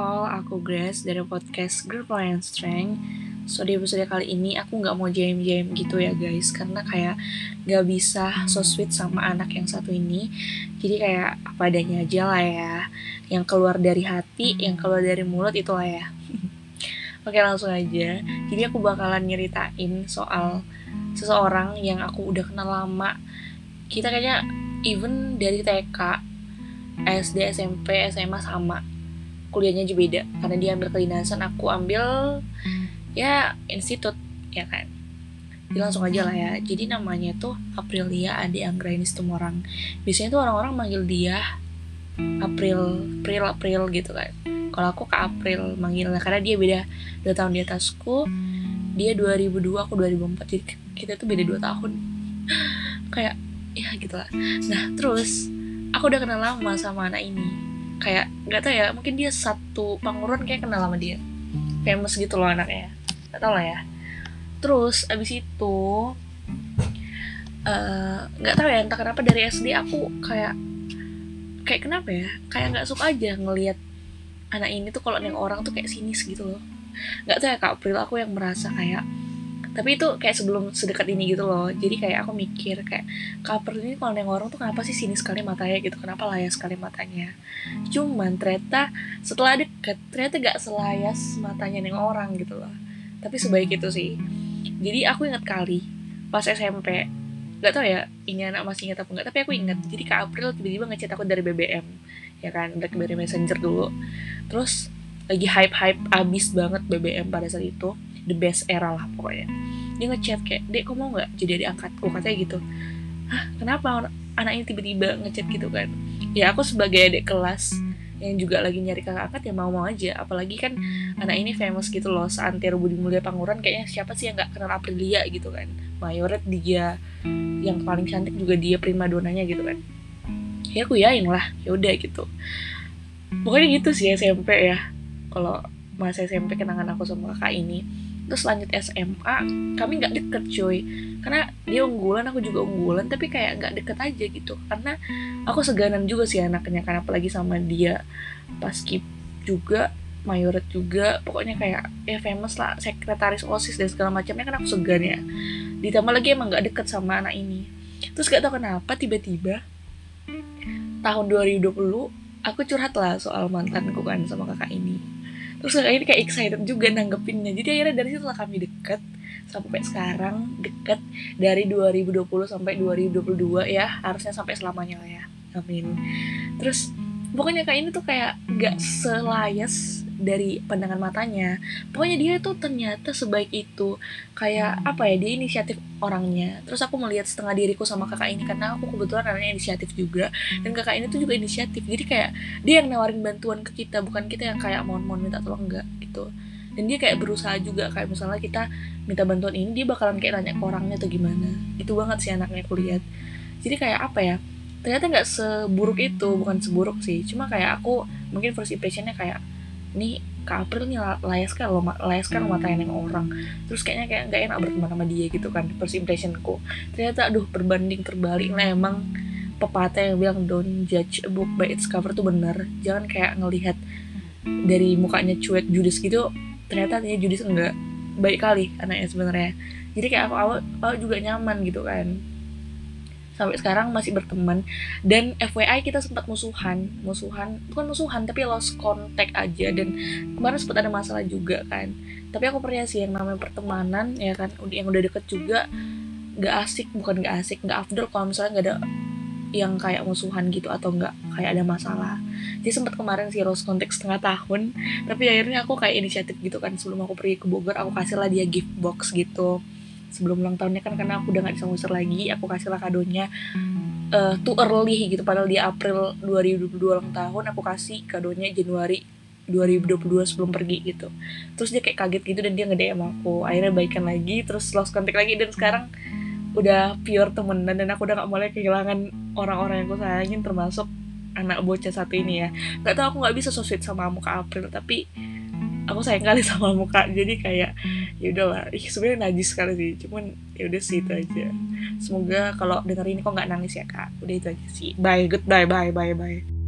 all, aku Grace dari podcast Girl Power and Strength. So di episode kali ini aku gak mau jaim-jaim gitu ya guys, karena kayak gak bisa so sweet sama anak yang satu ini. Jadi kayak apa adanya aja lah ya, yang keluar dari hati, yang keluar dari mulut itulah ya. Oke, langsung aja. Jadi aku bakalan nyeritain soal seseorang yang aku udah kenal lama. Kita kayaknya even dari TK, SD, SMP, SMA sama, kuliahnya aja beda karena dia ambil kedinasan, aku ambil ya institut, ya kan. Jadi langsung aja lah ya. Jadi namanya tuh Aprilia Ade Anggrainis Tumorang. Biasanya tuh orang-orang manggil dia April gitu kan. Kalau aku Kak April manggilnya karena dia beda 2 tahun di atasku. Dia 2002, aku 2004. Jadi kita tuh beda 2 tahun. Kayak ya gitu lah. Nah, terus aku udah kenal lama sama anak ini. Kayak gak tau ya, mungkin dia satu Panguruan kayak kenal sama dia, famous gitu loh anaknya, gak tau lah ya. Terus abis itu gak tau ya, entah kenapa dari SD aku kayak kenapa ya, kayak gak suka aja ngelihat anak ini tuh kalau neng orang tuh kayak sinis gitu loh. Gak tau ya Kak April, aku yang merasa kayak, tapi itu kayak sebelum sedekat ini gitu loh. Jadi kayak aku mikir kayak Kaper ini kalau neng orang tuh kenapa sih sinis sekali matanya gitu, kenapa layas sekali matanya. Cuman ternyata setelah deket, ternyata gak selayas matanya neng orang gitu loh, tapi sebaik itu sih. Jadi aku inget kali pas SMP, gak tau ya ini anak masih ingat apa enggak, tapi aku inget. Jadi Kak April tiba-tiba ngechat aku dari BBM, ya kan, BlackBerry Messenger dulu. Terus lagi hype abis banget BBM pada saat itu, the best era lah pokoknya. Dia ngechat kayak, "Dek, kok mau nggak jadi adik angkatku?" Katanya gitu. Hah, kenapa anak ini tiba-tiba ngechat gitu kan? Ya aku sebagai adik kelas yang juga lagi nyari kakak angkat ya mau-mau aja. Apalagi kan anak ini famous gitu loh, seantero Budi Mulia Panguruan, kayaknya siapa sih yang nggak kenal Aprilia gitu kan? Mayoret dia, yang paling cantik juga dia, prima donanya gitu kan. Ya aku yain lah, ya udah gitu. Pokoknya gitu sih SMP ya. Kalau masa SMP kenangan aku sama kakak ini. Terus lanjut SMA, kami nggak deket cuy, karena dia unggulan, aku juga unggulan, tapi kayak nggak deket aja gitu, karena aku seganan juga sih anaknya kan, apalagi sama dia paskib juga, mayoret juga, pokoknya kayak ya famous lah, sekretaris OSIS dan segala macamnya, kan aku segan ya. Ditambah lagi emang nggak deket sama anak ini. Terus gak tau kenapa tiba-tiba tahun 2020 aku curhat lah soal mantanku kan sama kakak ini. Terus kakak ini kayak excited juga nanggepinnya. Jadi akhirnya dari situ lah kami deket sampai sekarang, deket dari 2020 sampai 2022 ya, harusnya sampai selamanya lah ya, amin. Terus pokoknya kak ini tuh kayak gak selayas dari pandangan matanya. Pokoknya dia tuh ternyata sebaik itu. Kayak apa ya, dia inisiatif orangnya. Terus aku melihat setengah diriku sama kakak ini, karena aku kebetulan anaknya inisiatif juga, dan kakak ini tuh juga inisiatif. Jadi kayak dia yang nawarin bantuan ke kita, bukan kita yang kayak mohon-mohon minta tolong, enggak gitu. Dan dia kayak berusaha juga, kayak misalnya kita minta bantuan ini, dia bakalan kayak nanya ke orangnya atau gimana. Itu banget sih anaknya aku lihat. Jadi kayak apa ya, ternyata nggak seburuk itu, bukan seburuk sih, cuma kayak aku mungkin first impressionnya kayak, nih Kak April nih layas kan matanya yang orang, terus kayaknya kayak nggak enak berteman sama dia gitu kan, first impressionku. Ternyata aduh, berbanding terbalik. Nah, emang pepatah yang bilang don't judge a book by its cover tuh benar. Jangan kayak ngelihat dari mukanya cuek judes gitu, ternyata dia judes enggak, baik kali anaknya sebenarnya. Jadi kayak aku awal juga nyaman gitu kan, sampai sekarang masih berteman. Dan FYI kita sempat musuhan, bukan musuhan tapi lost contact aja, dan kemarin sempat ada masalah juga kan. Tapi aku percaya sih yang namanya pertemanan ya kan, yang udah deket juga nggak asik, nggak afdol kalau misalnya nggak ada yang kayak musuhan gitu, atau nggak kayak ada masalah. Jadi sempat kemarin sih lost contact setengah tahun, tapi akhirnya aku kayak inisiatif gitu kan, sebelum aku pergi ke Bogor aku kasih lah dia gift box gitu sebelum ulang tahunnya kan, karena aku udah gak di semester lagi, aku kasih lah kadonya too early gitu, padahal dia April 2022 ulang tahun, aku kasih kadonya Januari 2022 sebelum pergi gitu. Terus dia kayak kaget gitu, dan dia nge-DM aku, akhirnya baikan lagi, terus lost contact lagi, dan sekarang udah pure temenan, dan aku udah gak boleh kehilangan orang-orang yang aku sayangin, termasuk anak bocah satu ini ya. Gak tau, aku gak bisa so sweet sama muka April, tapi aku sayang kali sama muka, jadi kayak ya udahlah. Sebenarnya najis sekali sih, cuman ya udah sih, itu aja. Semoga kalau denger ini kok nggak nangis ya kak. Udah itu aja sih, bye, goodbye, bye.